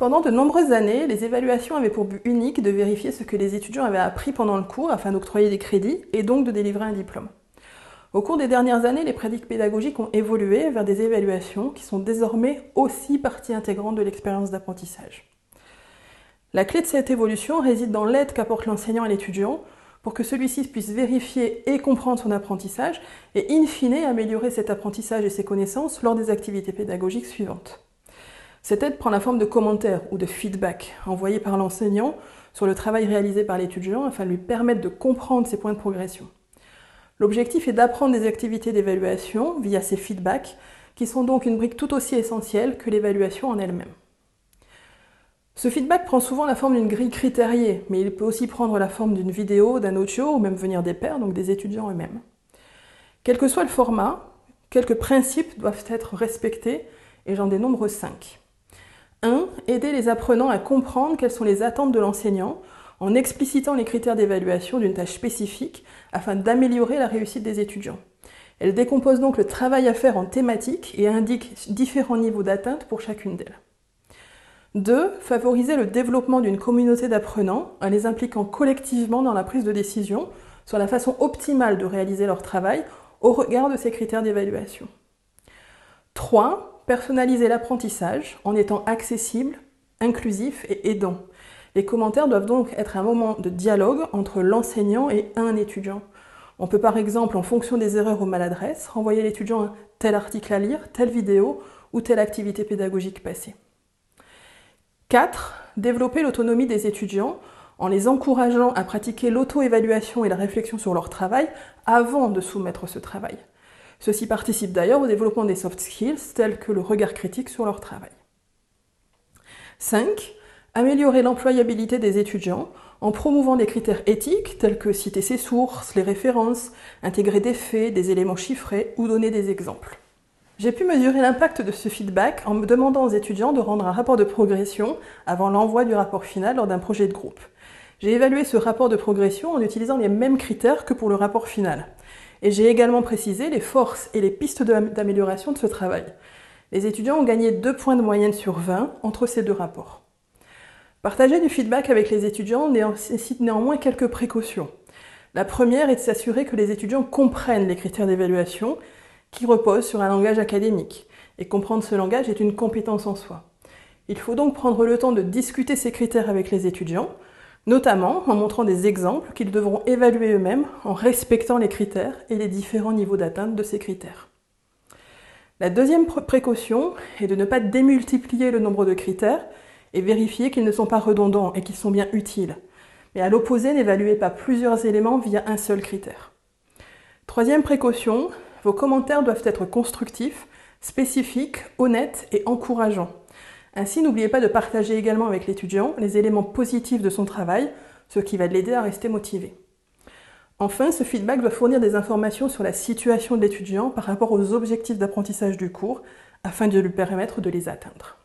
Pendant de nombreuses années, les évaluations avaient pour but unique de vérifier ce que les étudiants avaient appris pendant le cours afin d'octroyer des crédits et donc de délivrer un diplôme. Au cours des dernières années, les pratiques pédagogiques ont évolué vers des évaluations qui sont désormais aussi partie intégrante de l'expérience d'apprentissage. La clé de cette évolution réside dans l'aide qu'apporte l'enseignant à l'étudiant pour que celui-ci puisse vérifier et comprendre son apprentissage et in fine améliorer cet apprentissage et ses connaissances lors des activités pédagogiques suivantes. Cette aide prend la forme de commentaires ou de feedback envoyés par l'enseignant sur le travail réalisé par l'étudiant afin de lui permettre de comprendre ses points de progression. L'objectif est d'apprendre des activités d'évaluation via ces feedbacks qui sont donc une brique tout aussi essentielle que l'évaluation en elle-même. Ce feedback prend souvent la forme d'une grille critériée, mais il peut aussi prendre la forme d'une vidéo, d'un audio ou même venir des pairs, donc des étudiants eux-mêmes. Quel que soit le format, quelques principes doivent être respectés et j'en dénombre 5. 1. Aider les apprenants à comprendre quelles sont les attentes de l'enseignant en explicitant les critères d'évaluation d'une tâche spécifique afin d'améliorer la réussite des étudiants. Elle décompose donc le travail à faire en thématiques et indique différents niveaux d'atteinte pour chacune d'elles. 2. Favoriser le développement d'une communauté d'apprenants en les impliquant collectivement dans la prise de décision sur la façon optimale de réaliser leur travail au regard de ces critères d'évaluation. 3. Personnaliser l'apprentissage en étant accessible, inclusif et aidant. Les commentaires doivent donc être un moment de dialogue entre l'enseignant et un étudiant. On peut par exemple, en fonction des erreurs ou maladresses, renvoyer l'étudiant un tel article à lire, telle vidéo ou telle activité pédagogique passée. 4. Développer l'autonomie des étudiants en les encourageant à pratiquer l'auto-évaluation et la réflexion sur leur travail avant de soumettre ce travail. Ceci participe d'ailleurs au développement des soft skills tels que le regard critique sur leur travail. 5. Améliorer l'employabilité des étudiants en promouvant des critères éthiques tels que citer ses sources, les références, intégrer des faits, des éléments chiffrés ou donner des exemples. J'ai pu mesurer l'impact de ce feedback en me demandant aux étudiants de rendre un rapport de progression avant l'envoi du rapport final lors d'un projet de groupe. J'ai évalué ce rapport de progression en utilisant les mêmes critères que pour le rapport final. Et j'ai également précisé les forces et les pistes d'amélioration de ce travail. Les étudiants ont gagné 2 points de moyenne sur 20 entre ces 2 rapports. Partager du feedback avec les étudiants nécessite néanmoins quelques précautions. La première est de s'assurer que les étudiants comprennent les critères d'évaluation qui reposent sur un langage académique. Et comprendre ce langage est une compétence en soi. Il faut donc prendre le temps de discuter ces critères avec les étudiants, notamment en montrant des exemples qu'ils devront évaluer eux-mêmes en respectant les critères et les différents niveaux d'atteinte de ces critères. La deuxième précaution est de ne pas démultiplier le nombre de critères et vérifier qu'ils ne sont pas redondants et qu'ils sont bien utiles. Mais à l'opposé, n'évaluez pas plusieurs éléments via un seul critère. Troisième précaution, vos commentaires doivent être constructifs, spécifiques, honnêtes et encourageants. Ainsi, n'oubliez pas de partager également avec l'étudiant les éléments positifs de son travail, ce qui va l'aider à rester motivé. Enfin, ce feedback doit fournir des informations sur la situation de l'étudiant par rapport aux objectifs d'apprentissage du cours, afin de lui permettre de les atteindre.